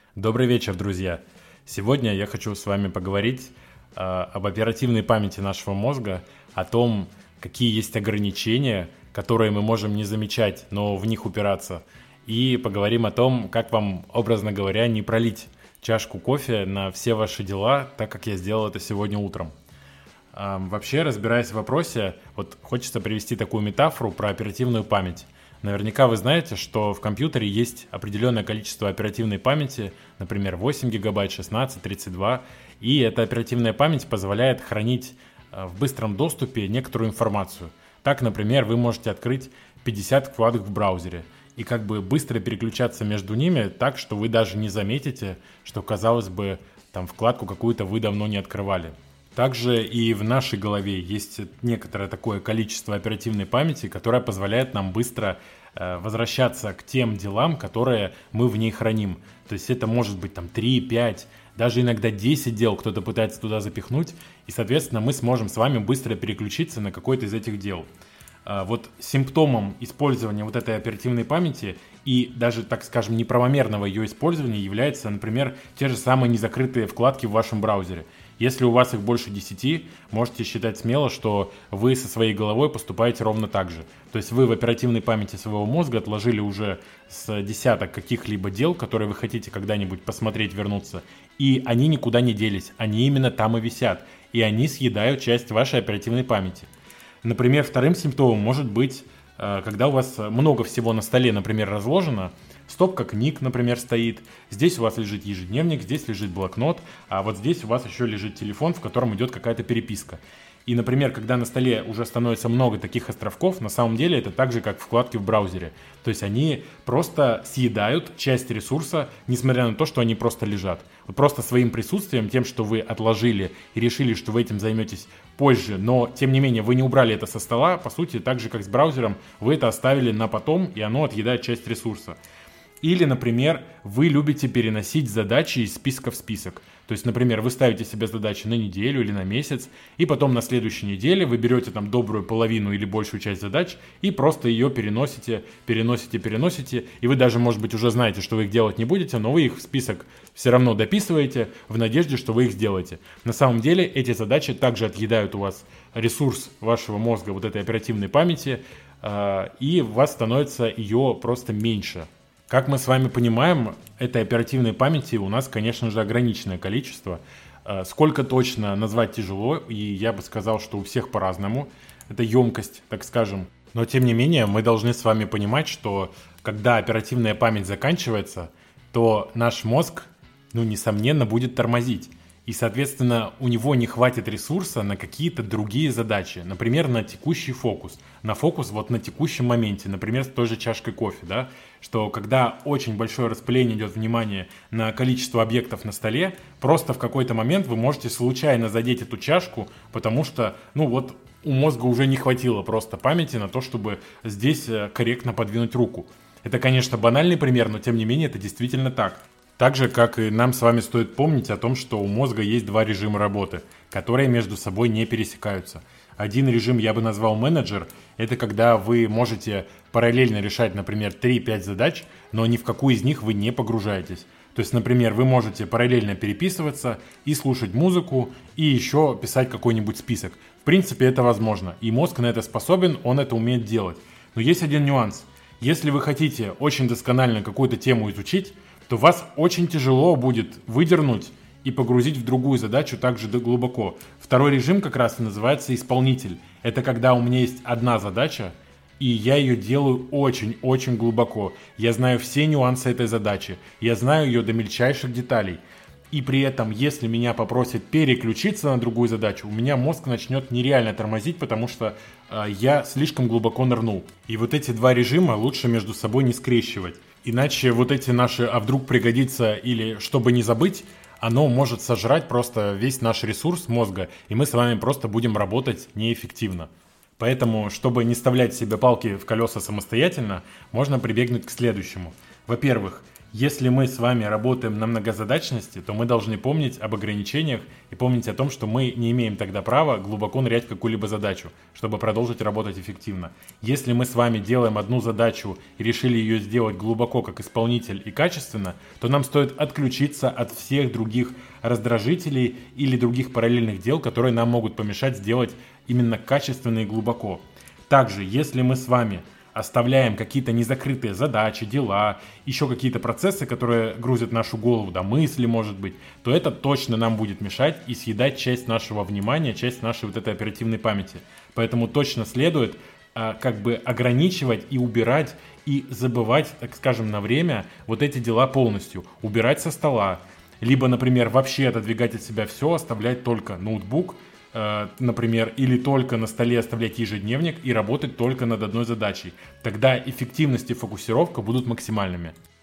Добрый вечер, друзья! Сегодня я хочу с вами поговорить об оперативной памяти нашего мозга, о том, какие есть ограничения, которые мы можем не замечать, но в них упираться. И поговорим о том, как вам, образно говоря, не пролить чашку кофе на все ваши дела, так как я сделал это сегодня утром. Вообще, разбираясь в вопросе, хочется привести такую метафору про оперативную память. Наверняка вы знаете, что в компьютере есть определенное количество оперативной памяти, например, 8 гигабайт, 16, 32, и эта оперативная память позволяет хранить в быстром доступе некоторую информацию. Так, например, вы можете открыть 50 вкладок в браузере и быстро переключаться между ними так, что вы даже не заметите, что, казалось бы, там вкладку какую-то вы давно не открывали. Также и в нашей голове есть некоторое такое количество оперативной памяти, которое позволяет нам быстро возвращаться к тем делам, которые мы в ней храним. То есть это может быть 3, 5, даже иногда 10 дел кто-то пытается туда запихнуть, и, соответственно, мы сможем с вами быстро переключиться на какое-то из этих дел. Симптомом использования этой оперативной памяти и даже, так скажем, неправомерного ее использования является, например, те же самые незакрытые вкладки в вашем браузере. Если у вас их больше 10, можете считать смело, что вы со своей головой поступаете ровно так же. То есть вы в оперативной памяти своего мозга отложили уже с десяток каких-либо дел, которые вы хотите когда-нибудь посмотреть, вернуться, и они никуда не делись, они именно там и висят, и они съедают часть вашей оперативной памяти. Например, вторым симптомом может быть, когда у вас много всего на столе, например, разложено, стопка книг, например, стоит, здесь у вас лежит ежедневник, здесь лежит блокнот, а вот здесь у вас еще лежит телефон, в котором идет какая-то переписка. И, например, когда на столе уже становится много таких островков, на самом деле это так же, как вкладки в браузере. То есть они просто съедают часть ресурса, несмотря на то, что они просто лежат. Просто своим присутствием, тем, что вы отложили и решили, что вы этим займетесь позже, но, тем не менее, вы не убрали это со стола, по сути, так же, как с браузером, вы это оставили на потом, и оно отъедает часть ресурса. Или, например, вы любите переносить задачи из списка в список. То есть, например, вы ставите себе задачи на неделю или на месяц, и потом на следующей неделе вы берете добрую половину или большую часть задач и просто ее переносите, и вы даже, может быть, уже знаете, что вы их делать не будете, но вы их в список все равно дописываете в надежде, что вы их сделаете. На самом деле эти задачи также отъедают у вас ресурс вашего мозга, этой оперативной памяти, и у вас становится ее просто меньше. Как мы с вами понимаем, этой оперативной памяти у нас, конечно же, ограниченное количество. Сколько точно назвать тяжело, и я бы сказал, что у всех по-разному. Это емкость, так скажем. Но, тем не менее, мы должны с вами понимать, что когда оперативная память заканчивается, то наш мозг, несомненно, будет тормозить. И, соответственно, у него не хватит ресурса на какие-то другие задачи. Например, на текущий фокус. На фокус на текущем моменте. Например, с той же чашкой кофе. Да? Что когда очень большое распыление идет внимания на количество объектов на столе, просто в какой-то момент вы можете случайно задеть эту чашку, потому что, у мозга уже не хватило просто памяти на то, чтобы здесь корректно подвинуть руку. Это, конечно, банальный пример, но тем не менее это действительно так. Так же, как и нам с вами стоит помнить о том, что у мозга есть два режима работы, которые между собой не пересекаются. Один режим я бы назвал менеджер. Это когда вы можете параллельно решать, например, 3-5 задач, но ни в какую из них вы не погружаетесь. То есть, например, вы можете параллельно переписываться и слушать музыку, и еще писать какой-нибудь список. В принципе, это возможно. И мозг на это способен, он это умеет делать. Но есть один нюанс. Если вы хотите очень досконально какую-то тему изучить, то вас очень тяжело будет выдернуть и погрузить в другую задачу также глубоко. Второй режим как раз и называется исполнитель. Это когда у меня есть одна задача, и я ее делаю очень-очень глубоко. Я знаю все нюансы этой задачи, я знаю ее до мельчайших деталей. И при этом, если меня попросят переключиться на другую задачу, у меня мозг начнет нереально тормозить, потому что я слишком глубоко нырнул. И эти два режима лучше между собой не скрещивать. Иначе эти наши «а вдруг пригодится» или «чтобы не забыть», оно может сожрать просто весь наш ресурс мозга, и мы с вами просто будем работать неэффективно. Поэтому, чтобы не вставлять себе палки в колеса самостоятельно, можно прибегнуть к следующему. Во-первых, Если мы с вами работаем на многозадачности, то мы должны помнить об ограничениях и помнить о том, что мы не имеем тогда права глубоко нырять в какую-либо задачу, чтобы продолжить работать эффективно. Если мы с вами делаем одну задачу и решили ее сделать глубоко как исполнитель и качественно, то нам стоит отключиться от всех других раздражителей или других параллельных дел, которые нам могут помешать сделать именно качественно и глубоко. Также, если мы с вами оставляем какие-то незакрытые задачи, дела, еще какие-то процессы, которые грузят нашу голову, да, мысли, может быть, то это точно нам будет мешать и съедать часть нашего внимания, часть нашей вот этой оперативной памяти. Поэтому точно следует как бы ограничивать и убирать, и забывать, так скажем, на время вот эти дела полностью. Убирать со стола, либо, например, вообще отодвигать от себя все, оставлять только ноутбук, например, или только на столе оставлять ежедневник и работать только над одной задачей. Тогда эффективность и фокусировка будут максимальными.